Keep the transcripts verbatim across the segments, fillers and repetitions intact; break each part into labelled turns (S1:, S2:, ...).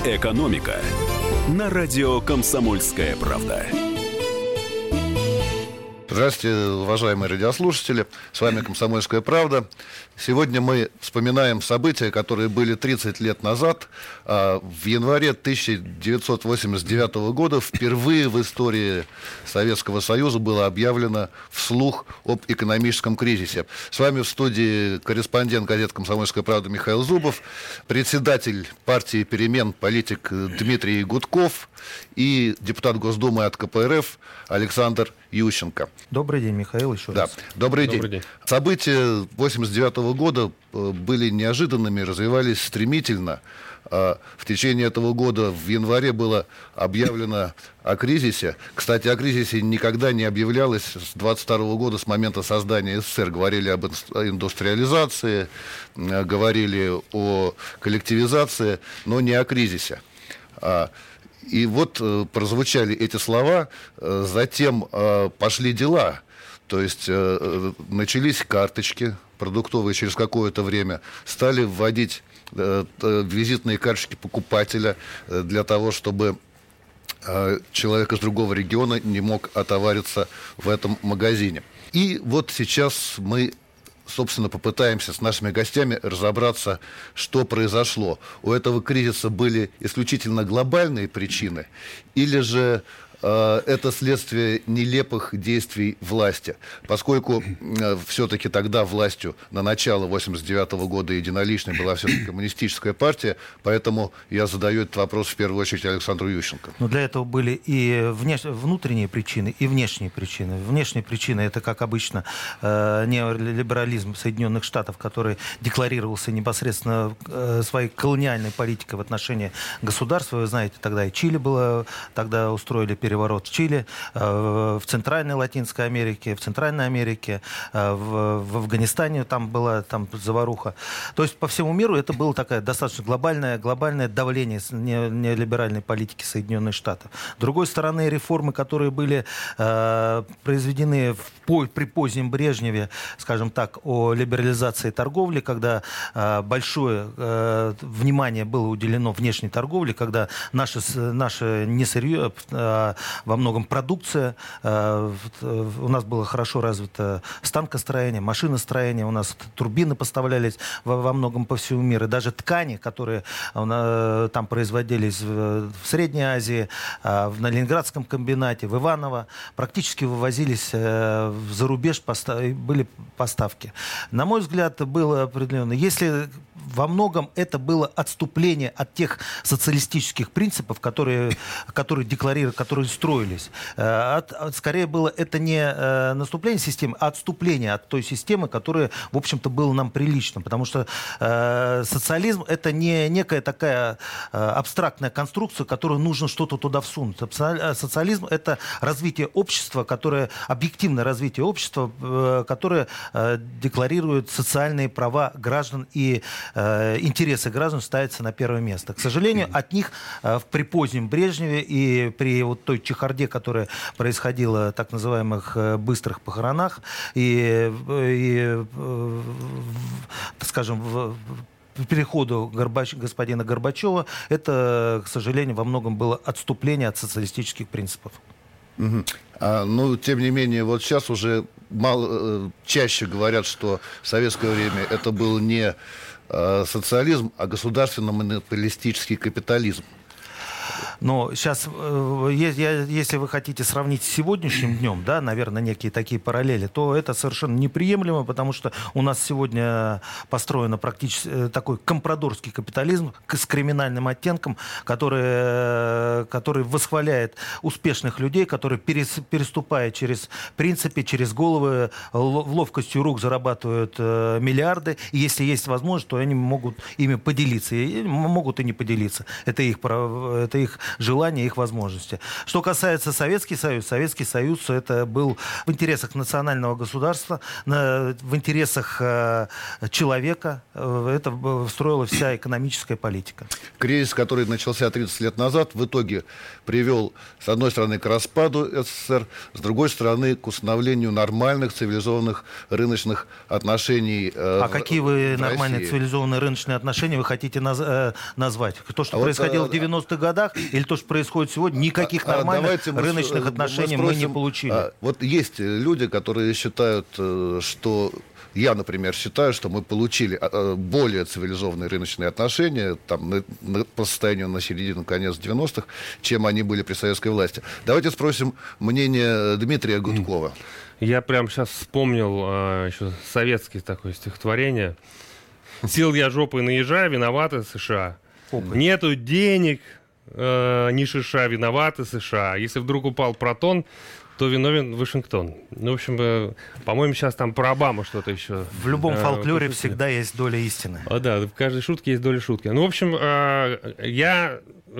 S1: «Экономика» на радио «Комсомольская правда».
S2: Здравствуйте, уважаемые радиослушатели. С вами «Комсомольская правда». Сегодня мы вспоминаем события, которые были тридцать лет назад. В январе тысяча девятьсот восемьдесят девятого года впервые в истории Советского Союза было объявлено вслух об экономическом кризисе. С вами в студии корреспондент газеты «Комсомольская правда» Михаил Зубов, председатель партии «Перемен», политик Дмитрий Гудков и депутат Госдумы от ка пэ эр эф Александр Ющенко.
S3: Добрый день, Михаил, еще
S2: да.
S3: раз.
S2: Добрый,
S4: Добрый
S2: день.
S4: день.
S2: События восемьдесят девятого года были неожиданными, развивались стремительно. В течение этого года в январе было объявлено о кризисе. Кстати, о кризисе никогда не объявлялось с двадцать второго года, с момента создания эс эс эс эр. Говорили об индустриализации, говорили о коллективизации, но не о кризисе. И вот э, прозвучали эти слова, э, затем э, пошли дела, то есть э, начались карточки продуктовые через какое-то время, стали вводить э, э, визитные карточки покупателя э, для того, чтобы э, человек из другого региона не мог отовариться в этом магазине. И вот сейчас мы, собственно, попытаемся с нашими гостями разобраться, что произошло. У этого кризиса были исключительно глобальные причины, или же э, это следствие нелепых действий власти, поскольку э, все-таки тогда властью на начало восемьдесят девятого года единоличной была все-таки коммунистическая партия, поэтому я задаю этот вопрос в первую очередь Александру Ющенко.
S3: Но для этого были и внеш... внутренние причины, и внешние причины. Внешние причины — это, как обычно, э, неолиберализм Соединенных Штатов, который декларировался непосредственно э, своей колониальной политикой в отношении государства. Вы знаете, тогда и Чили было, тогда устроили переворот в Чили, э, в Центральной Латинской Америке, в Центральной Америке, э, в, в Афганистане там была там заваруха. То есть по всему миру это было такое достаточно глобальное, глобальное давление неолиберальной политики Соединенных Штатов. С другой стороны, реформы, которые были э, произведены в, по, при позднем Брежневе, скажем так, о либерализации торговли, когда э, большое э, внимание было уделено внешней торговле, когда наше, наше не сырье, а во многом продукция, э, у нас было хорошо развито станкостроение, машиностроение, у нас турбины поставлялись во, во многом по всему миру, даже ткани, которые э, там производились в, в Средней Азии, э, на Ленинградском комбинате, в Иваново, практически вывозились э, за рубеж, поста- были поставки. На мой взгляд, было определенно, если во многом это было отступление от тех социалистических принципов, которые, которые декларировали, которые строились. От, от, скорее было это не э, наступление системы, а отступление от той системы, которая, в общем-то, была нам прилична. Потому что э, социализм — это не некая такая э, абстрактная конструкция, которую нужно что-то туда всунуть. Социализм — это развитие общества, которое, объективное развитие общества, э, которое э, декларирует социальные права граждан и э, интересы граждан ставятся на первое место. К сожалению, от них э, при позднем Брежневе и при вот той чехарде, которая происходила, так называемых э, быстрых похоронах, и, и э, скажем, в переходу Горбач... господина Горбачева, это, к сожалению, во многом было отступление от социалистических принципов.
S2: Угу. А, ну, тем не менее, вот сейчас уже мало, чаще говорят, что в советское время это был не э, социализм, а государственно-монополистический капитализм.
S3: Но сейчас, если вы хотите сравнить с сегодняшним днем, да, наверное, некие такие параллели, то это совершенно неприемлемо, потому что у нас сегодня построен практически такой компрадорский капитализм с криминальным оттенком, который, который восхваляет успешных людей, которые, переступая через принципы, через головы, ловкостью рук зарабатывают миллиарды, и если есть возможность, то они могут ими поделиться, и могут и не поделиться. Это их право. Это их желания, их возможности. Что касается Советский Союз, Советский Союз это был в интересах национального государства, в интересах человека. Это строила вся экономическая политика.
S2: Кризис, который начался тридцать лет назад, в итоге привел, с одной стороны, к распаду СССР, с другой стороны, к установлению нормальных цивилизованных рыночных отношений. Э,
S3: а в, какие вы нормальные
S2: России.
S3: Цивилизованные рыночные отношения вы хотите наз, э, назвать? То, что а происходило вот, в девяностых годах, или то, что происходит сегодня? Никаких а, нормальных мы, рыночных отношений мы, спросим, мы не получили. А,
S2: вот есть люди, которые считают, что... Я, например, считаю, что мы получили более цивилизованные рыночные отношения там, на, на, по состоянию на середину, конец девяностых, чем они были при советской власти. Давайте спросим мнение Дмитрия Гудкова.
S4: Я прям сейчас вспомнил а, еще советское такое стихотворение. «Сел я жопой наезжая, виноваты США. Опа. Нету денег, э, ни шиша, виноваты США. Если вдруг упал протон, то виновен Вашингтон». Ну, в общем, э, по-моему, сейчас там про Обаму что-то еще.
S3: В любом э, фольклоре пошутили. Всегда есть доля истины.
S4: О, да, в каждой шутке есть доля шутки. Ну, в общем, э, я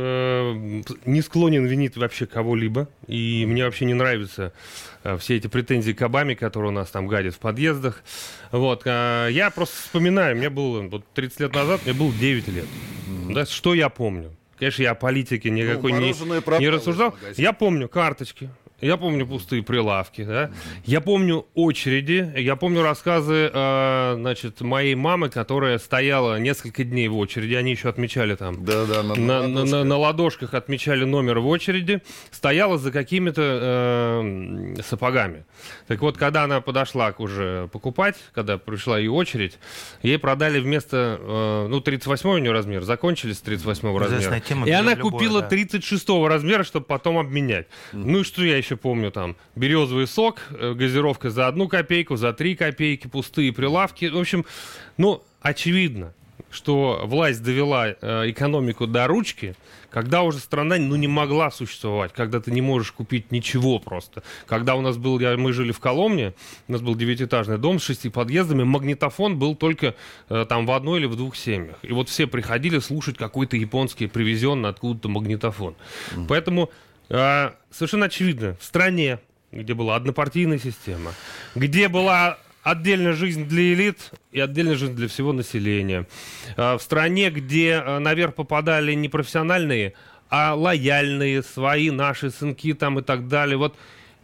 S4: э, не склонен винить вообще кого-либо. И мне вообще не нравятся э, все эти претензии к Обаме, которые у нас там гадят в подъездах. Вот, э, я просто вспоминаю, мне было вот, тридцать лет назад, мне было девять лет. Mm-hmm. Да, что я помню? Конечно, я о политике никакой ну, не, не рассуждал. Я помню карточки. Я помню пустые прилавки, да? Я помню очереди, я помню рассказы, э, значит, моей мамы, которая стояла несколько дней в очереди, они еще отмечали там,
S2: да, да, на,
S4: на, на, на, на ладошках отмечали номер в очереди, стояла за какими-то э, сапогами. Так вот, когда она подошла уже покупать, когда пришла ее очередь, ей продали вместо, э, ну, тридцать восьмой у нее размер, закончились с тридцать восьмого размера, и она любое, купила да. тридцать шестого размера, чтобы потом обменять. Mm. Ну и что я еще помню там, березовый сок, газировка за одну копейку, за три копейки, пустые прилавки. В общем, ну, очевидно, что власть довела э, экономику до ручки, когда уже страна ну, не могла существовать, когда ты не можешь купить ничего просто. Когда у нас был, я, мы жили в Коломне, у нас был девятиэтажный дом с шести подъездами, магнитофон был только э, там в одной или в двух семьях. И вот все приходили слушать какой-то японский привезенный откуда-то магнитофон. Mm. Поэтому э, совершенно очевидно, в стране, где была однопартийная система, где была отдельная жизнь для элит и отдельная жизнь для всего населения. В стране, где наверх попадали не профессиональные, а лояльные, свои, наши сынки там и так далее. Вот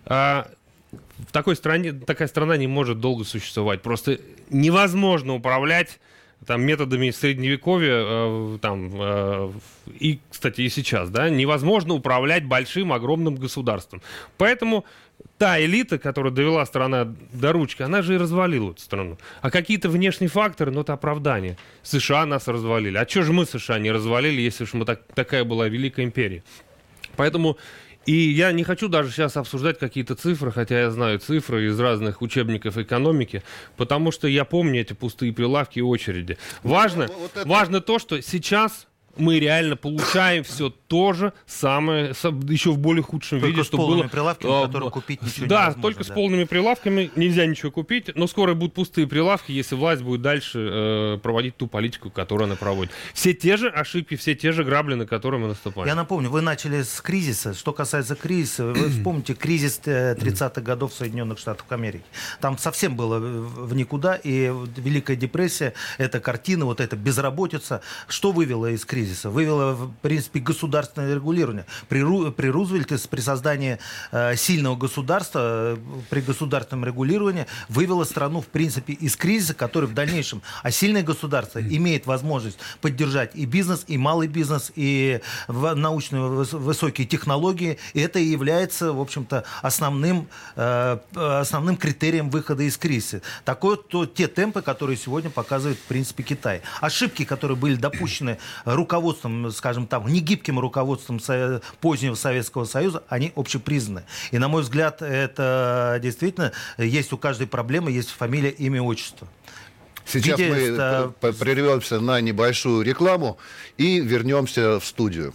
S4: в такой стране, такая страна не может долго существовать. Просто невозможно управлять там, методами средневековья, там, и, кстати, и сейчас, да, невозможно управлять большим, огромным государством. Поэтому та элита, которая довела страну до ручки, она же и развалила эту страну. А какие-то внешние факторы, ну, это оправдание. США нас развалили. А что же мы США не развалили, если уж мы так, такая была великая империя? Поэтому... И я не хочу даже сейчас обсуждать какие-то цифры, хотя я знаю цифры из разных учебников экономики, потому что я помню эти пустые прилавки и очереди. Важно, вот это... важно то, что сейчас мы реально получаем все то же самое, еще в более худшем
S3: только
S4: виде.
S3: С что полными было... прилавками, которые купить ничего
S4: да,
S3: невозможно.
S4: Только
S3: да,
S4: с полными прилавками нельзя ничего купить, но скоро будут пустые прилавки, если власть будет дальше э, проводить ту политику, которую она проводит. Все те же ошибки, все те же грабли, на которые мы наступаем.
S3: Я напомню, вы начали с кризиса. Что касается кризиса, вы вспомните кризис тридцатых годов Соединенных Штатов Америки. Там совсем было в никуда, и Великая депрессия, эта картина, вот эта безработица, что вывело из кризиса? Вывело, в принципе, государственное регулирование. При, Ру, при Рузвельте при создании э, сильного государства, э, при государственном регулировании вывело страну, в принципе, из кризиса, который в дальнейшем... А сильное государство имеет возможность поддержать и бизнес, и малый бизнес, и научные высокие технологии. И это и является, в общем-то, основным, э, основным критерием выхода из кризиса. Такое то, те темпы, которые сегодня показывает, в принципе, Китай. Ошибки, которые были допущены руководством, скажем так, негибким руководством позднего Советского Союза, они общепризнаны. И, на мой взгляд, это действительно есть у каждой проблемы, есть фамилия, имя, отчество.
S2: Сейчас Видя, мы это... прервемся на небольшую рекламу и вернемся в студию.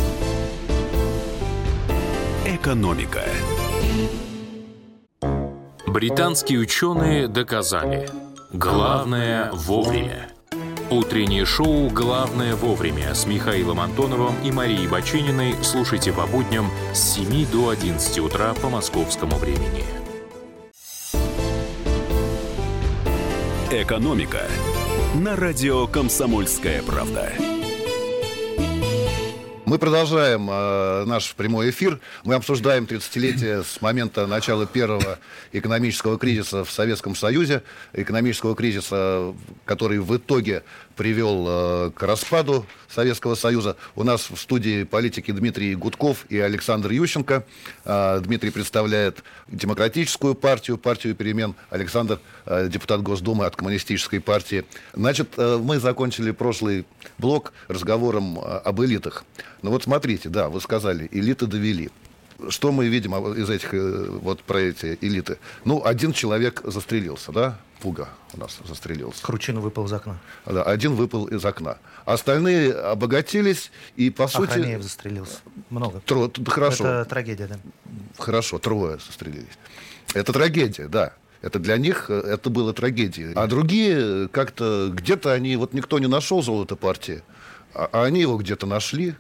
S1: Экономика.
S5: Британские ученые доказали: главное вовремя. Утреннее шоу «Главное вовремя» с Михаилом Антоновым и Марией Бачининой слушайте по будням с семи до одиннадцати утра по московскому времени.
S1: «Экономика» на радио «Комсомольская правда».
S2: Мы продолжаем э, наш прямой эфир. Мы обсуждаем тридцатилетие с момента начала первого экономического кризиса в Советском Союзе. Экономического кризиса, который в итоге привел э, к распаду Советского Союза. У нас в студии политики Дмитрий Гудков и Александр Ющенко. Э, Дмитрий представляет Демократическую партию, партию перемен. Александр э, депутат Госдумы от Коммунистической партии. Значит, э, мы закончили прошлый блок разговором э, об элитах. Ну вот смотрите, да, вы сказали, элиты довели. Что мы видим из этих, вот про эти элиты? Ну, один человек застрелился, да? Пуга у нас застрелился.
S3: Кручина выпал из окна.
S2: Да, один выпал из окна. Остальные обогатились и, по сути...
S3: Охранеев застрелился. Много.
S2: Тро... Хорошо.
S3: Это трагедия, да.
S2: Хорошо, трое застрелились. Это трагедия, да. Это для них это было трагедией. А другие как-то... Где-то они... Вот никто не нашел золото партии, а они его где-то нашли.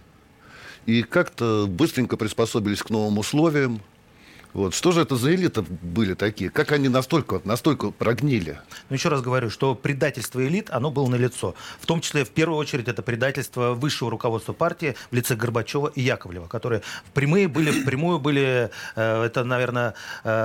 S2: И как-то быстренько приспособились к новым условиям. Вот. Что же это за элиты были такие? Как они настолько, настолько прогнили?
S3: Ну, еще раз говорю, что предательство элит, оно было налицо. В том числе, в первую очередь, это предательство высшего руководства партии в лице Горбачева и Яковлева, которые впрямую были, впрямую были, э, это, наверное,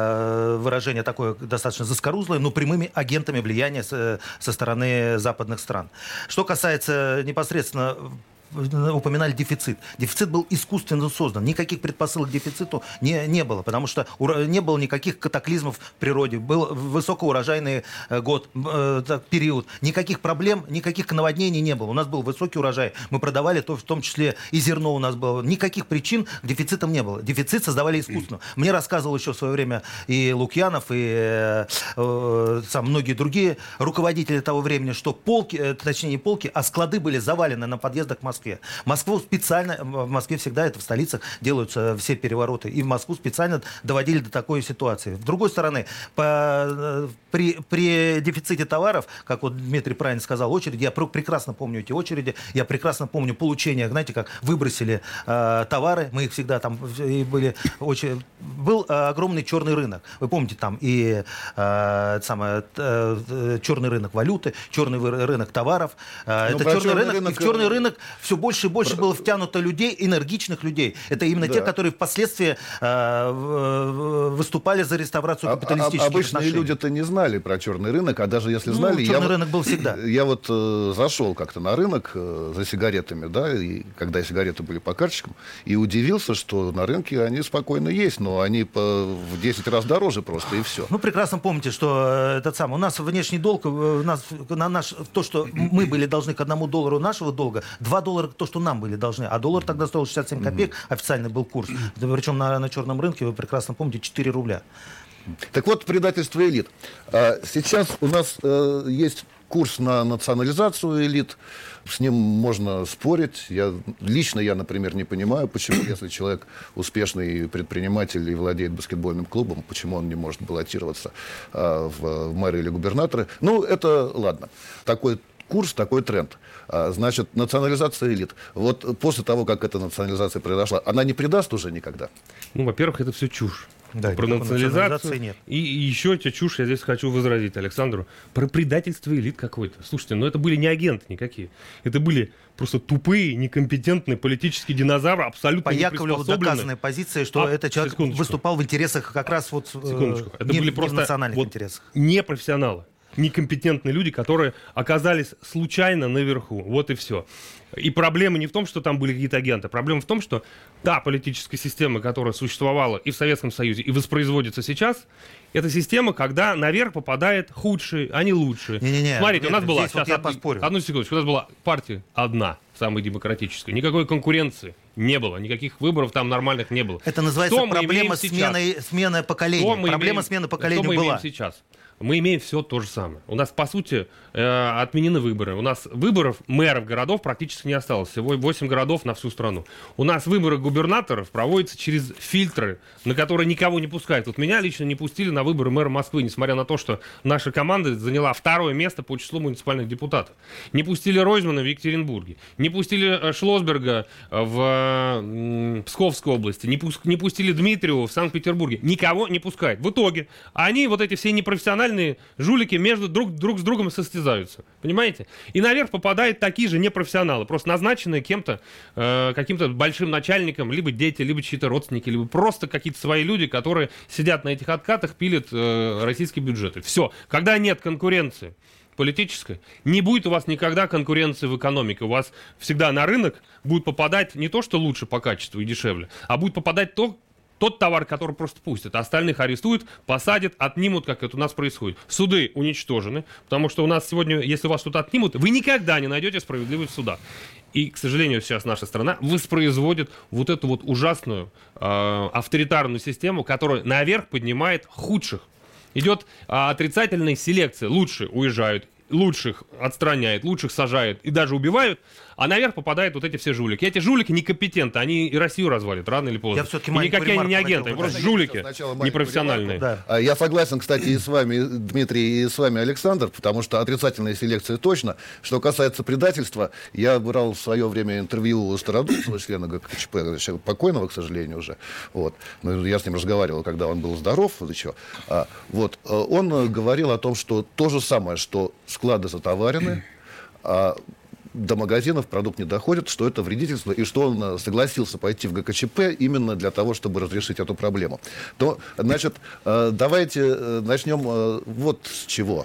S3: э, выражение такое достаточно заскорузлое, но прямыми агентами влияния с, со стороны западных стран. Что касается непосредственно... Упоминали дефицит. Дефицит был искусственно создан. Никаких предпосылок к дефициту не, не было, потому что ура- не было никаких катаклизмов в природе. Был высокоурожайный год, э, период. Никаких проблем, никаких наводнений не было. У нас был высокий урожай. Мы продавали, то, в том числе и зерно у нас было. Никаких причин к дефицитам не было. Дефицит создавали искусственно. Мне рассказывал еще в свое время и Лукьянов, и э, э, сам, многие другие руководители того времени, что полки, э, точнее не полки, а склады были завалены на подъездах к Москве. Москву специально, в Москве всегда это в столицах делаются все перевороты, и в Москву специально доводили до такой ситуации. С другой стороны, по, при, при дефиците товаров, как вот Дмитрий правильно сказал, очереди, я прекрасно помню эти очереди, я прекрасно помню получение, знаете, как выбросили э, товары, мы их всегда там и были очень... Был э, огромный черный рынок, вы помните, там и э, самое, э, черный рынок валюты, черный рынок товаров, э, это черный, черный рынок, рынок, и в черный рынок все больше и больше Про... было втянуто людей, энергичных людей. Это именно да. те, которые впоследствии э, выступали за реставрацию капиталистических а, а,
S2: обычные
S3: отношений.
S2: люди-то не знали про черный рынок, а даже если знали...
S3: Ну, черный
S2: я
S3: рынок был всегда.
S2: Я вот э, зашел как-то на рынок э, за сигаретами, да, и когда сигареты были по карточкам, и удивился, что на рынке они спокойно есть, но они по, в десять раз дороже просто, и все.
S3: Ну, прекрасно помните, что этот сам, у нас внешний долг, у нас, на наш, то, что мы были должны к одному доллару нашего долга, два доллара то, что нам были должны. А доллар тогда стоил шестьдесят семь копеек, официальный был курс. Причем на, на черном рынке, вы прекрасно помните, четыре рубля.
S2: Так вот, предательство элит. Сейчас у нас э, есть курс на национализацию элит. С ним можно спорить. Я, лично я, например, не понимаю, почему, если человек успешный предприниматель и владеет баскетбольным клубом, почему он не может баллотироваться э, в, в мэры или губернаторы. Ну, это ладно. Такой курс, такой тренд. Значит, национализация элит. Вот после того, как эта национализация произошла, она не предаст уже никогда?
S4: Ну, во-первых, это все чушь.
S3: Да,
S4: про национализацию нет. И, и еще эта чушь я здесь хочу возразить Александру. Про предательство элит какой-то. Слушайте, ну это были не агенты никакие. Это были просто тупые, некомпетентные политические динозавры, абсолютно
S3: по Яковлеву доказанная позиция, что
S4: а,
S3: этот человек секундочку. выступал в интересах как раз вот
S4: секундочку. Это
S3: не,
S4: были
S3: не
S4: просто
S3: в национальных
S4: вот
S3: интересах.
S4: Непрофессионалы. Некомпетентные люди, которые оказались случайно наверху. Вот и все. И проблема не в том, что там были какие-то агенты. Проблема в том, что та политическая система, которая существовала и в Советском Союзе, и воспроизводится сейчас, это система, когда наверх попадает худший, а не лучший.
S3: Не-не-не,
S4: смотрите, нет, у нас была...
S3: Вот я поспорю.
S4: Одну секундочку. У нас была партия одна, самая демократическая. Никакой конкуренции не было. Никаких выборов там нормальных не было.
S3: Это называется проблема смены, смены поколения. Проблема смены поколения
S4: что мы
S3: была.
S4: имеем сейчас? мы имеем все то же самое. У нас, по сути, э, отменены выборы. У нас выборов мэров городов практически не осталось. Всего восемь городов на всю страну. У нас выборы губернаторов проводятся через фильтры, на которые никого не пускают. Вот меня лично не пустили на выборы мэра Москвы, несмотря на то, что наша команда заняла второе место по числу муниципальных депутатов. Не пустили Ройзмана в Екатеринбурге. Не пустили Шлосберга в э, Псковской области. Не, пу- не пустили Дмитриева в Санкт-Петербурге. Никого не пускают. В итоге они, вот эти все непрофессиональные жулики, между друг, друг с другом состязаются. Понимаете? И наверх попадают такие же непрофессионалы, просто назначенные кем-то, э, каким-то большим начальником, либо дети, либо чьи-то родственники, либо просто какие-то свои люди, которые сидят на этих откатах, пилят э, российские бюджеты. Все. Когда нет конкуренции политической, не будет у вас никогда конкуренции в экономике. У вас всегда на рынок будет попадать не то, что лучше по качеству и дешевле, а будет попадать то, тот товар, который просто пустят. Остальных арестуют, посадят, отнимут, как это у нас происходит. Суды уничтожены, потому что у нас сегодня, если вас что-то отнимут, вы никогда не найдете справедливость суда. И, к сожалению, сейчас наша страна воспроизводит вот эту вот ужасную э, авторитарную систему, которая наверх поднимает худших. Идет э, отрицательная селекция. Лучшие уезжают, лучших отстраняют, лучших сажают и даже убивают, а наверх попадают вот эти все жулики. Эти жулики некомпетентны, они и Россию развалят рано или поздно.
S3: Я все-таки
S4: и никакие они не агенты,
S3: хотел,
S4: просто жулики непрофессиональные.
S3: Да.
S2: Я согласен, кстати, и с вами, Дмитрий, и с вами, Александр, потому что отрицательная селекция точно. Что касается предательства, я брал в свое время интервью у Стародубцева, члена ГКЧП, покойного, к сожалению, уже. Вот. Но я с ним разговаривал, когда он был здоров. Еще. А, вот. Он говорил о том, что то же самое, что склады затоварены, а до магазинов продукт не доходит, что это вредительство, и что он согласился пойти в ГКЧП именно для того, чтобы разрешить эту проблему. То, значит, давайте начнем вот с чего.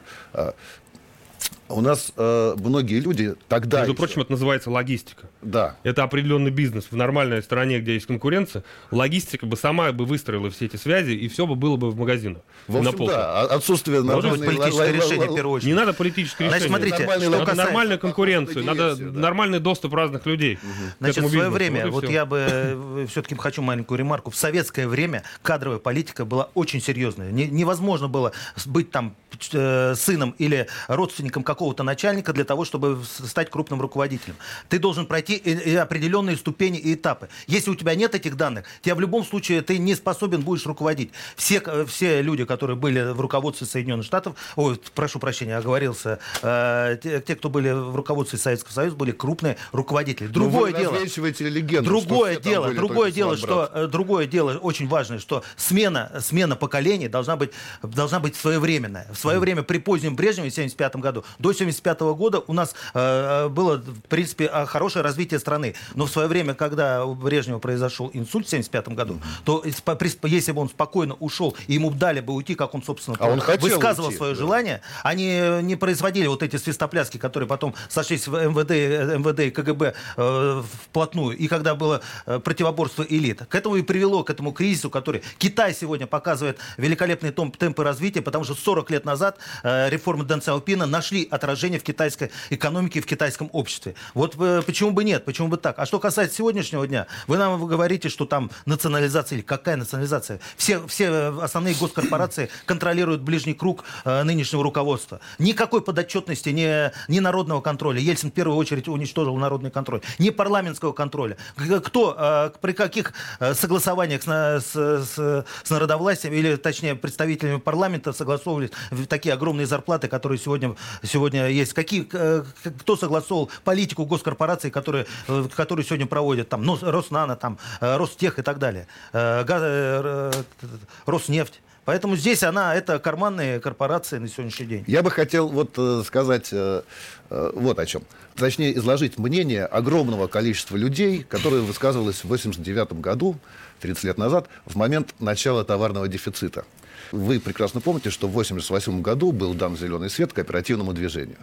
S2: У нас э, многие люди тогда...
S4: Между
S2: еще...
S4: прочим, это называется логистика.
S2: Да.
S4: Это определенный бизнес. В нормальной стране, где есть конкуренция, логистика бы сама бы выстроила все эти связи, и все бы было бы в магазинах.
S2: В общем,
S4: на полках.
S2: да. Отсутствие
S3: нормальной... политическое решение, в первую очередь.
S4: Не надо политическое
S3: Значит,
S4: решение.
S3: смотрите,
S4: Нормальная,
S3: что
S4: надо
S3: касается...
S4: нормальную конкуренцию, надо
S2: да.
S4: нормальный доступ разных людей. Угу.
S3: Значит, в свое время,
S4: вот,
S3: вот я бы все-таки хочу маленькую ремарку, в советское время кадровая политика была очень серьезная. Не, невозможно было быть там э, сыном или родственником какого-то начальника для того, чтобы стать крупным руководителем. Ты должен пройти определенные ступени и этапы. Если у тебя нет этих данных, тебя в любом случае ты не способен будешь руководить. Все, все люди, которые были в руководстве Соединенных Штатов, ой, прошу прощения, оговорился, э, те, те, кто были в руководстве Советского Союза, были крупные руководители. Другое дело.
S2: Легенду,
S3: другое дело, другое дело, что другое дело очень важное, что смена, смена поколений должна быть, должна быть своевременная. В свое mm. время при позднем Брежневе в семьдесят пятом году, до семьдесят пятого года у нас э, было, в принципе, хорошее развитие страны. Но в свое время, когда у Брежнева произошел инсульт в семьдесят пятом году, то если бы он спокойно ушел, и ему дали бы уйти, как он, собственно,
S2: а он
S3: высказывал
S2: уйти,
S3: свое
S2: да. желание,
S3: они не производили вот эти свистопляски, которые потом сошлись в МВД, МВД и КГБ э, вплотную, и когда было э, противоборство элит. К этому и привело, к этому кризису, который Китай сегодня показывает великолепные темпы развития, потому что сорок лет назад э, реформы Дэн Сяопина нашли отражение в китайской экономике, в китайском обществе. Вот э, почему бы нет, почему бы так? А что касается сегодняшнего дня, вы нам говорите, что там национализация, или какая национализация? Все, все основные госкорпорации контролируют ближний круг э, нынешнего руководства. Никакой подотчетности, ни, ни народного контроля. Ельцин в первую очередь уничтожил народный контроль. Ни парламентского контроля. Кто, э, при каких э, согласованиях с, с, с, с народовластием, или точнее представителями парламента согласовывались такие огромные зарплаты, которые сегодня, сегодня есть? Какие, э, кто согласовывал политику госкорпораций, которые, э, которые сегодня проводят? Там, ну, Роснано, там, э, Ростех и так далее. Э, газ, э, Роснефть. Поэтому здесь она, это карманные корпорации на сегодняшний день.
S2: Я бы хотел вот э, сказать э, э, вот о чем. Точнее, изложить мнение огромного количества людей, которое высказывалось в восемьдесят девятом году, тридцать лет назад, в момент начала товарного дефицита. Вы прекрасно помните, что в восемьдесят восьмом году был дан зеленый свет кооперативному движению.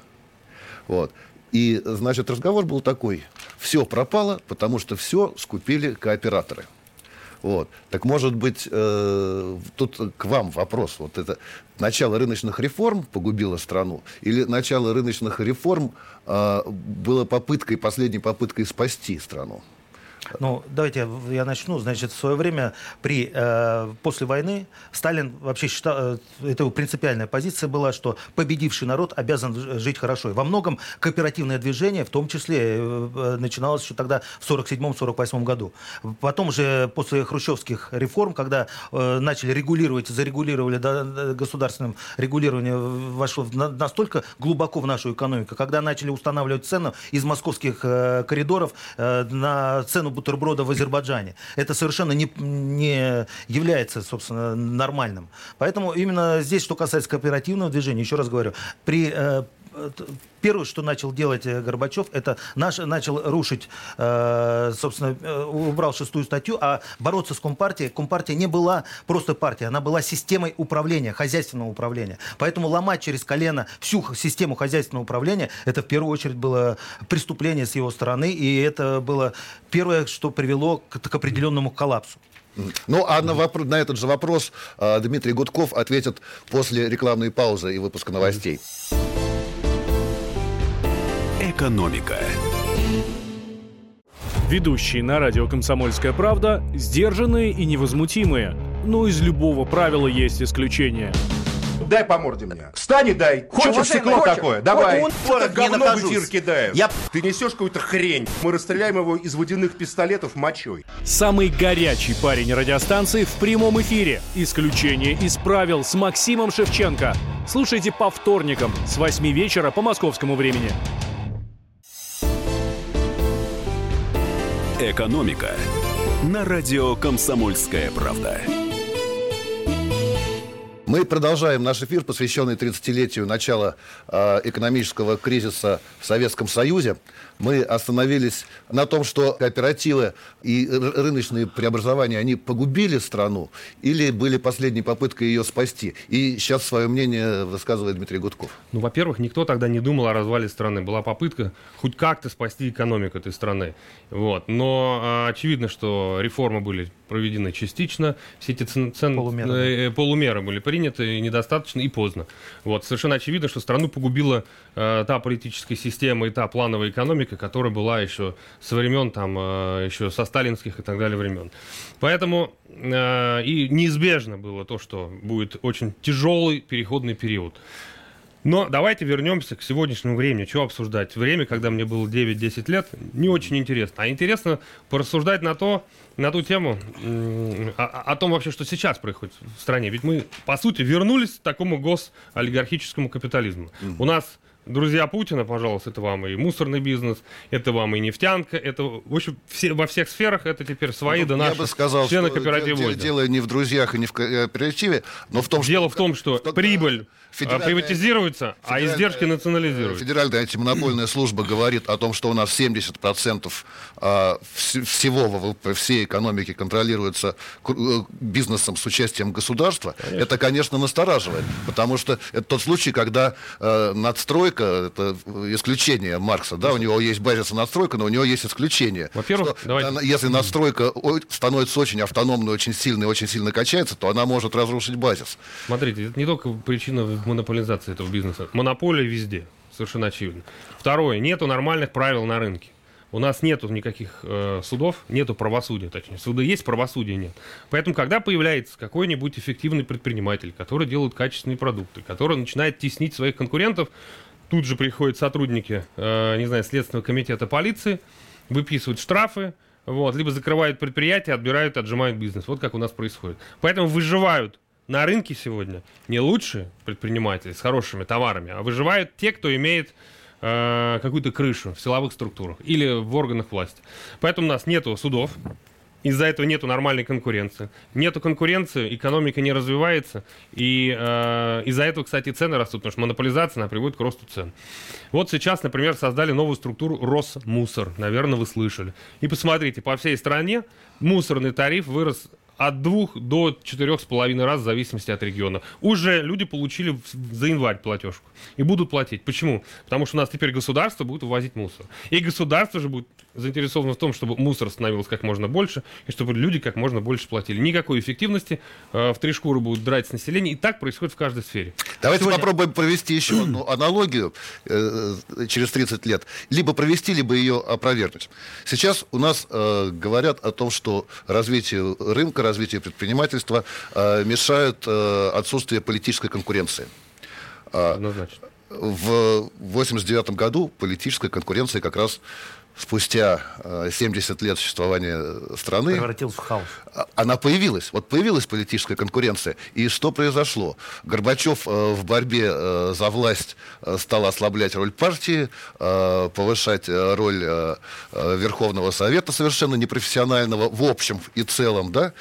S2: Вот. И, значит, разговор был такой. Все пропало, потому что все скупили кооператоры. Вот. Так, может быть, э, тут к вам вопрос. Вот это начало рыночных реформ погубило страну? Или начало рыночных реформ э, было попыткой, последней попыткой спасти страну?
S3: Ну, давайте я начну. Значит, в свое время при, э, после войны Сталин вообще считал, э, это его принципиальная позиция была, что победивший народ обязан жить хорошо. И во многом кооперативное движение, в том числе, э, начиналось еще тогда в сорок седьмом — сорок восьмом году. Потом же после хрущевских реформ, когда э, начали регулировать, зарегулировали да, государственным регулированием, вошло на, настолько глубоко в нашу экономику, когда начали устанавливать цену из московских э, коридоров э, на цену бутерброда в Азербайджане. Это совершенно не, не является, собственно, нормальным. Поэтому именно здесь, что касается кооперативного движения, еще раз говорю, при... Э, Первое, что начал делать Горбачев, это наш, начал рушить, э, собственно, убрал шестую статью, а бороться с Компартией. Компартия не была просто партией, она была системой управления, хозяйственного управления. Поэтому ломать через колено всю систему хозяйственного управления, это в первую очередь было преступление с его стороны, и это было первое, что привело к, к определенному коллапсу.
S2: Ну, а на, вопрос, на этот же вопрос э, Дмитрий Гудков ответит после рекламной паузы и выпуска новостей.
S1: Экономика.
S6: Ведущие на радио «Комсомольская правда» сдержанные и невозмутимые. Но из любого правила есть исключение.
S7: Дай по морде мне. Встань и дай. Хочешь стекло хочешь? Такое? Давай.
S8: Он
S7: что-то говно в эфир кидает.
S8: Я...
S7: Ты несешь какую-то хрень. Мы расстреляем его из водяных пистолетов мочой.
S6: Самый горячий парень радиостанции в прямом эфире. Исключение из правил с Максимом Шевченко. Слушайте по вторникам с восьми вечера по московскому времени.
S1: Экономика на радио «Комсомольская правда».
S2: Мы продолжаем наш эфир, посвященный тридцатилетию начала э, экономического кризиса в Советском Союзе. Мы остановились на том, что кооперативы и рыночные преобразования, они погубили страну или были последней попыткой ее спасти? И сейчас свое мнение высказывает Дмитрий Гудков.
S4: Ну, во-первых, никто тогда не думал о развале страны. Была попытка хоть как-то спасти экономику этой страны. Вот. Но а, очевидно, что реформы были проведены частично. Все эти цен, цен,
S3: полумеры.
S4: э, полумеры были приняты недостаточно и поздно. Вот. Совершенно очевидно, что страну погубила э, та политическая система и та плановая экономика, которая была еще со времен, там, э, еще со сталинских и так далее времен. Поэтому э, и неизбежно было то, что будет очень тяжелый переходный период. Но давайте вернемся к сегодняшнему времени. Чего обсуждать? Время, когда мне было девять-десять лет, не очень интересно. А интересно порассуждать на, то, на ту тему, о, о том вообще, что сейчас происходит в стране. Ведь мы, по сути, вернулись к такому госолигархическому капитализму. Mm-hmm. У нас друзья Путина, пожалуйста, это вам и мусорный бизнес, это вам и нефтянка, это, в общем, все, во всех сферах это теперь свои, ну, да наши.
S2: Я бы сказал,
S4: члены
S2: что
S4: кооператива.
S2: Дело не в друзьях и не в кооперативе, но в том,
S4: Дело
S2: что...
S4: в том, что в, прибыль приватизируется, а издержки национализируются.
S2: Федеральная антимонопольная служба говорит о том, что у нас семьдесят процентов всего, всей экономики контролируется бизнесом с участием государства. Конечно. Это, конечно, настораживает, потому что это тот случай, когда надстройка, это исключение Маркса, да, у него есть базис и надстройка, но у него есть исключение.
S4: Во-первых,
S2: что,
S4: давайте...
S2: если надстройка становится очень автономной, очень сильной, очень сильно качается, то она может разрушить базис.
S4: Смотрите, это не только причина монополизации этого бизнеса. Монополия везде, совершенно очевидно. Второе, нету нормальных правил на рынке. У нас нету никаких э, судов, нету правосудия, точнее. Суды есть, правосудия нет. Поэтому, когда появляется какой-нибудь эффективный предприниматель, который делает качественные продукты, который начинает теснить своих конкурентов, тут же приходят сотрудники, э, не знаю, Следственного комитета полиции, выписывают штрафы, вот, либо закрывают предприятия, отбирают, отжимают бизнес. Вот как у нас происходит. Поэтому выживают на рынке сегодня не лучшие предприниматели с хорошими товарами, а выживают те, кто имеет э, какую-то крышу в силовых структурах или в органах власти. Поэтому у нас нету судов, из-за этого нету нормальной конкуренции. Нету конкуренции, экономика не развивается, и э, из-за этого, кстати, цены растут, потому что монополизация, она приводит к росту цен. Вот сейчас, например, создали новую структуру Росмусор, наверное, вы слышали. И посмотрите, по всей стране мусорный тариф вырос от двух до четырех с половиной раз в зависимости от региона. Уже люди получили за январь платежку и будут платить. Почему? Потому что у нас теперь государство будет вывозить мусор. И государство же будет заинтересованы в том, чтобы мусор становилось как можно больше, и чтобы люди как можно больше платили. Никакой эффективности, э, в три шкуры будут драть с населения, и так происходит в каждой сфере.
S2: Давайте
S3: Сегодня...
S2: попробуем провести еще одну аналогию э, через тридцать лет. Либо провести, либо ее опровергнуть. Сейчас у нас э, говорят о том, что развитию рынка, развитию предпринимательства э, мешает э, отсутствие политической конкуренции.
S4: Однозначно.
S2: В восемьдесят девятом году политическая конкуренция как раз спустя семьдесят лет существования страны
S3: превратилась в хаос.
S2: Она появилась. Вот появилась политическая конкуренция. И что произошло? Горбачев в борьбе за власть стал ослаблять роль партии, повышать роль Верховного Совета, совершенно непрофессионального в общем и целом, да?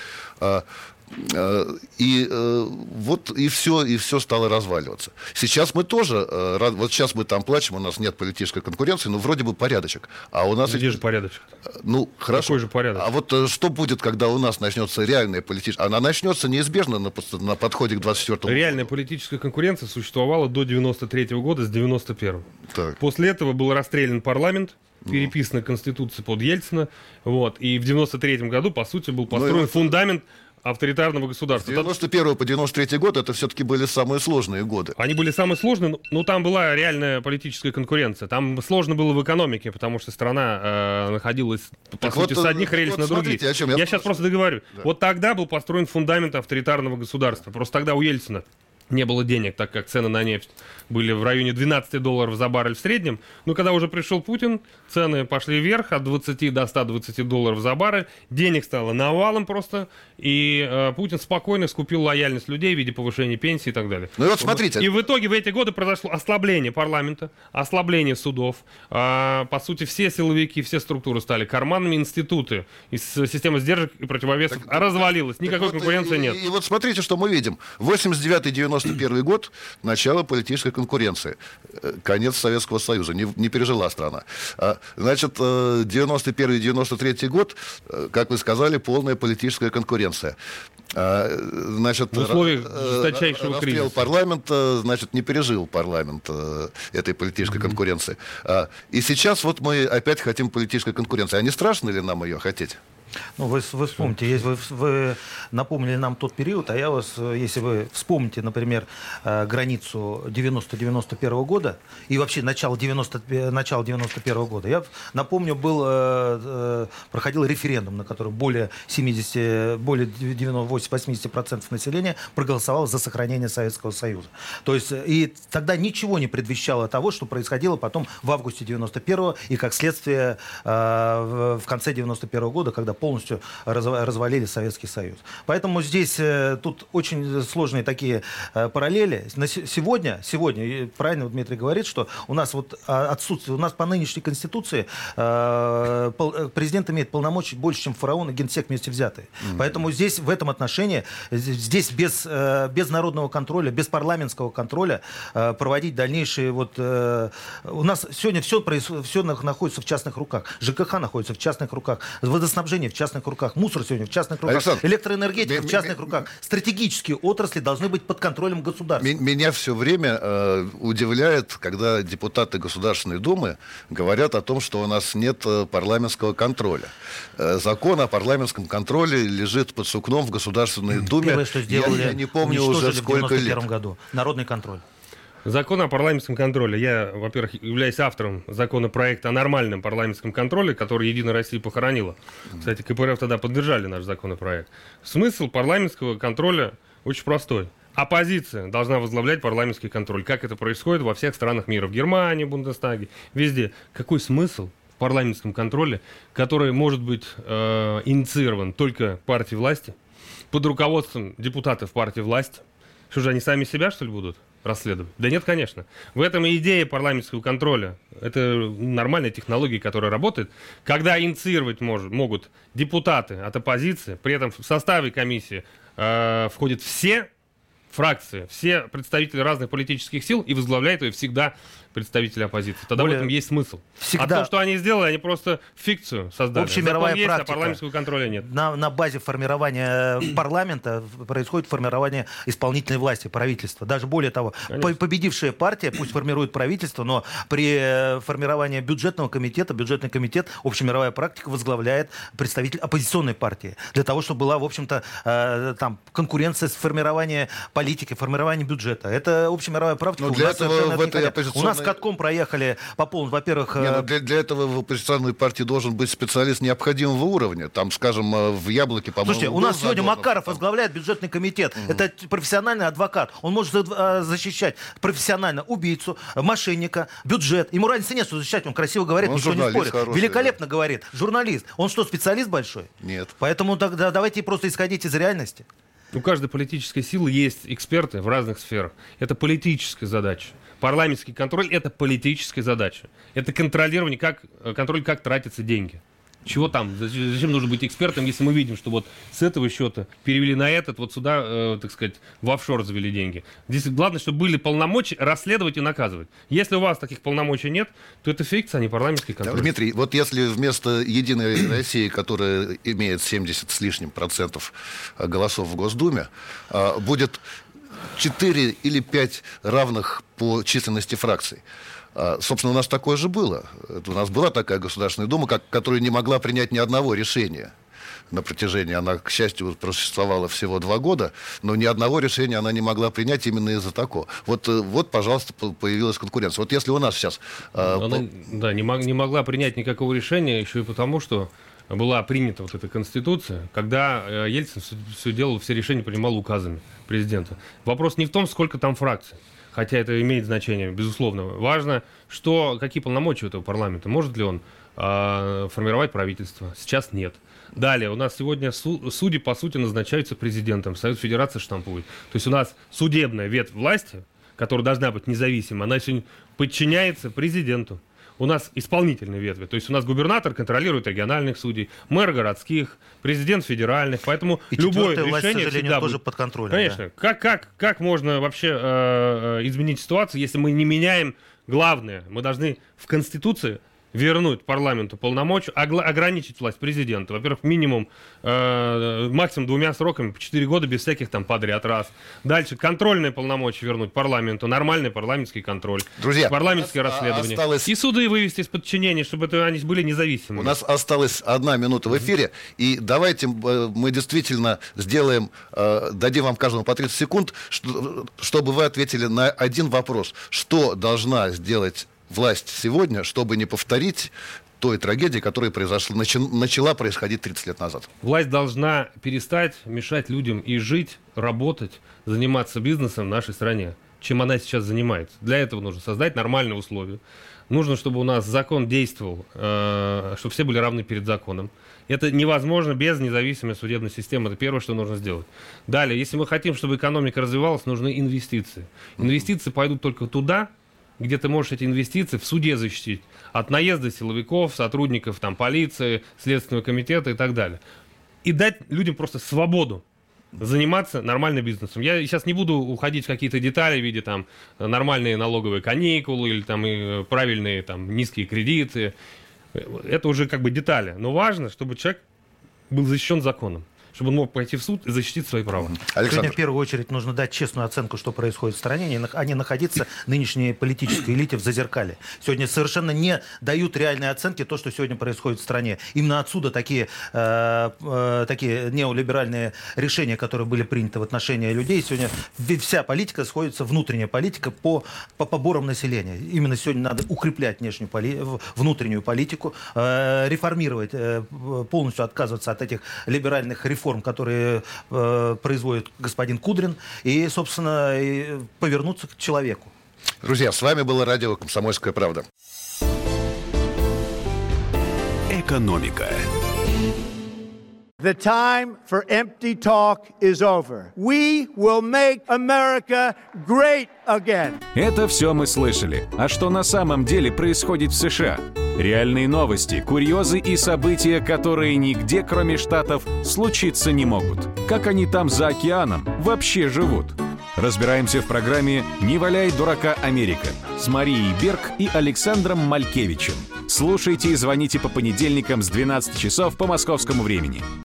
S2: И э, вот и все, и все стало разваливаться. Сейчас мы тоже, э, вот сейчас мы там плачем, у нас нет политической конкуренции, но вроде бы порядочек. А у нас...
S4: Где же порядочек?
S2: Ну, хорошо.
S4: Какой же порядок?
S2: А вот э, что будет, когда у нас начнется реальная политическая... Она начнется неизбежно на, на подходе к двадцать четвёртому году.
S4: Реальная политическая конкуренция существовала до девяносто третьего года с девяносто первого.
S2: Так.
S4: После этого был расстрелян парламент, переписана Конституция под Ельцина, вот, и в девяносто третьем году, по сути, был построен ну, вот... фундамент авторитарного государства.
S2: С девяносто первого по девяносто третий год это все-таки были самые сложные годы.
S4: Они были самые сложные, но там была реальная политическая конкуренция. Там сложно было в экономике, потому что страна э, находилась, по так сути, вот, с одних рельс вот на другие. Я, я сейчас просто договорю. Да. Вот тогда был построен фундамент авторитарного государства. Просто тогда у Ельцина не было денег, так как цены на нефть были в районе двенадцать долларов за баррель в среднем. Но когда уже пришел Путин, цены пошли вверх от двадцати до ста двадцати долларов за баррель. Денег стало навалом просто. И э, Путин спокойно скупил лояльность людей в виде повышения пенсий и так далее.
S2: Ну и вот смотрите.
S4: И в итоге в эти годы произошло ослабление парламента, ослабление судов. Э, по сути, все силовики, все структуры стали карманными, институты. И система сдержек и противовесов так, развалилась. Никакой вот конкуренции
S2: и,
S4: нет.
S2: И, и вот смотрите, что мы видим. восемьдесят девятый девяносто первый год, начало политической конкуренции. Конец Советского Союза. Не, не пережила страна. Значит, девяносто первый девяносто третий год, как вы сказали, полная политическая конкуренция. Значит,
S4: в условиях жесточайшего кризиса.
S2: Расстрел парламента, значит, не пережил парламент этой политической mm-hmm. конкуренции. И сейчас вот мы опять хотим политической конкуренции. А не страшно ли нам ее хотеть?
S3: Ну, вы, вы вспомните, если вы, вы напомнили нам тот период, а я вас, если вы вспомните, например, границу девяносто девяносто первого года и вообще начало девяносто, начало девяносто первого года, я напомню, был, проходил референдум, на котором более семьдесят, более восемьдесят процентов населения проголосовало за сохранение Советского Союза. То есть, и тогда ничего не предвещало того, что происходило потом в августе девяносто первого и как следствие в конце девяносто первого года, когда полностью развалили Советский Союз. Поэтому здесь э, тут очень сложные такие э, параллели. На с- сегодня, сегодня, правильно Дмитрий говорит, что у нас вот отсутствие, у нас по нынешней Конституции э, пол, президент имеет полномочий больше, чем фараон и генсек вместе взятые. Mm-hmm. Поэтому здесь в этом отношении, здесь без, э, без народного контроля, без парламентского контроля э, проводить дальнейшие вот... Э, у нас сегодня все, происходит, все находится в частных руках. ЖКХ находится в частных руках. Водоснабжение в частных руках, мусор сегодня в частных руках, Александр, электроэнергетика в частных руках. Стратегические отрасли должны быть под контролем государства.
S2: Меня все время э, удивляет, когда депутаты Государственной Думы говорят о том, что у нас нет парламентского контроля. Э, закон о парламентском контроле лежит под сукном в Государственной Думе.
S3: Первое, что сделали,
S2: я, я не помню уже сколько лет.
S3: В девяносто первом году. Народный контроль.
S4: Закон о парламентском контроле. Я, во-первых, являюсь автором законопроекта о нормальном парламентском контроле, который Единая Россия похоронила. Кстати, КПРФ тогда поддержали наш законопроект. Смысл парламентского контроля очень простой. Оппозиция должна возглавлять парламентский контроль, как это происходит во всех странах мира. В Германии, в Бундестаге, везде. Какой смысл в парламентском контроле, который может быть э, инициирован только партией власти, под руководством депутатов партии власти? Что же, они сами себя, что ли, будут расследовать? Да нет, конечно. В этом и идея парламентского контроля. Это нормальная технология, которая работает. Когда инициировать может, могут депутаты от оппозиции, при этом в составе комиссии э, входят все фракции, все представители разных политических сил, и возглавляет ее всегда представители оппозиции, тогда
S3: Более...
S4: в этом есть смысл.
S3: Всегда...
S4: А то, что они сделали, они просто фикцию создали.
S3: Общемировая
S4: есть,
S3: практика.
S4: А парламентского контроля нет.
S3: На, на базе формирования парламента происходит формирование исполнительной власти, правительства. Даже более того, по- победившая партия пусть формирует правительство, но при формировании бюджетного комитета, бюджетный комитет, общемировая практика возглавляет представитель оппозиционной партии. Для того, чтобы была, в общем-то, э, там, конкуренция с формированием политики, формированием бюджета. Это общемировая практика.
S2: Но
S3: У
S2: для
S3: нас
S2: этого
S3: совершенно
S2: в этой
S3: не
S2: оппозиционной-
S3: У нас катком проехали по полному, во-первых...
S2: Не,
S3: э,
S2: ну для, для этого в оппозиционной партии должен быть специалист необходимого уровня. Там, скажем, э, в «Яблоке», по-моему...
S3: Слушайте, у
S2: был
S3: нас сегодня
S2: задолжен,
S3: Макаров
S2: там.
S3: возглавляет бюджетный комитет. Угу. Это профессиональный адвокат. Он может э, защищать профессионально убийцу, мошенника, бюджет. Ему разницы нет, что защищать. Он красиво говорит,
S2: Он
S3: ничего не
S2: журналист
S3: спорит.
S2: хороший,
S3: Великолепно говорит. Журналист. Он что, специалист большой?
S2: Нет.
S3: Поэтому тогда давайте просто исходить из реальности.
S4: У каждой политической силы есть эксперты в разных сферах. Это политическая задача. Парламентский контроль — это политическая задача. Это контролирование, как, контроль, как тратятся деньги. Чего там? Зачем нужно быть экспертом, если мы видим, что вот с этого счета перевели на этот, вот сюда, э, так сказать, в офшор завели деньги. Здесь главное, чтобы были полномочия расследовать и наказывать. Если у вас таких полномочий нет, то это фикция, а не парламентский контроль.
S2: Дмитрий, вот если вместо «Единой России», которая имеет семьдесят с лишним процентов голосов в Госдуме, будет четыре или пять равных по численности фракций. Собственно, у нас такое же было. У нас была такая Государственная Дума, как, которая не могла принять ни одного решения на протяжении. Она, к счастью, просуществовала всего два года, но ни одного решения она не могла принять именно из-за такого. Вот, вот, пожалуйста, появилась конкуренция. Вот если у нас сейчас...
S4: Она, по... да, не, мог, не могла принять никакого решения еще и потому, что была принята вот эта Конституция, когда Ельцин все, все делал, все решения принимал указами президента. Вопрос не в том, сколько там фракций. Хотя это имеет значение, безусловно. Важно, что, какие полномочия у этого парламента. Может ли он э, формировать правительство? Сейчас нет. Далее, у нас сегодня су- судьи, по сути, назначаются президентом. Союз Федерации штампует. То есть у нас судебная ветвь власти, которая должна быть независимой, она сегодня подчиняется президенту. У нас исполнительные ветви. То есть у нас губернатор контролирует региональных судей, мэр городских, президент федеральных. Поэтому
S3: и
S4: любое
S3: решение
S4: власть, к сожалению,
S3: тоже
S4: будет
S3: под контролем.
S4: Конечно.
S3: Да.
S4: Как, как, как можно вообще э, изменить ситуацию, если мы не меняем главное? Мы должны в Конституции вернуть парламенту полномочия, огла- ограничить власть президента. Во-первых, минимум, э, максимум двумя сроками, по четыре года, без всяких там подряд раз. Дальше контрольные полномочия вернуть парламенту, нормальный парламентский контроль.
S2: Друзья,
S4: парламентские расследования.
S2: Осталось...
S4: И суды вывести из подчинения, чтобы это, они были независимыми.
S2: У нас осталась одна минута в эфире, и давайте мы действительно сделаем, дадим вам каждому по тридцать секунд, чтобы вы ответили на один вопрос. Что должна сделать власть сегодня, чтобы не повторить той трагедии, которая произошла, начи, начала происходить тридцать лет назад?
S4: Власть должна перестать мешать людям и жить, работать, заниматься бизнесом в нашей стране, чем она сейчас занимается. Для этого нужно создать нормальные условия. Нужно, чтобы у нас закон действовал, э, чтобы все были равны перед законом. Это невозможно без независимой судебной системы. Это первое, что нужно сделать. Далее, если мы хотим, чтобы экономика развивалась, нужны инвестиции. Инвестиции пойдут только туда, где ты можешь эти инвестиции в суде защитить от наезда силовиков, сотрудников там, полиции, Следственного комитета и так далее. И дать людям просто свободу заниматься нормальным бизнесом. Я сейчас не буду уходить в какие-то детали в виде там, нормальные налоговые каникулы или там, и правильные там, низкие кредиты. Это уже как бы детали. Но важно, чтобы человек был защищен законом, чтобы он мог пойти в суд и защитить свои права.
S2: Александр.
S3: Сегодня в первую очередь нужно дать честную оценку, что происходит в стране, а не находиться нынешней политической элите в зазеркале. Сегодня совершенно не дают реальной оценки то, что сегодня происходит в стране. Именно отсюда такие, э, э, такие неолиберальные решения, которые были приняты в отношении людей. Сегодня вся политика сходится, внутренняя политика по, по поборам населения. Именно сегодня надо укреплять внешнюю поли, внутреннюю политику, э, реформировать, э, полностью отказываться от этих либеральных реформ, которые э, производит господин Кудрин, и, собственно, и повернуться к человеку.
S2: Друзья, с вами было радио «Комсомольская правда».
S1: Экономика.
S8: The time for empty talk is over. We will make America great again.
S9: Это все мы слышали. А что на самом деле происходит в США? Реальные новости, курьезы и события, которые нигде, кроме Штатов, случиться не могут. Как они там за океаном вообще живут? Разбираемся в программе «Не валяй дурака, Америка». с Марией Берг и Александром Малькевичем. Слушайте и звоните по понедельникам с двенадцати часов по московскому времени.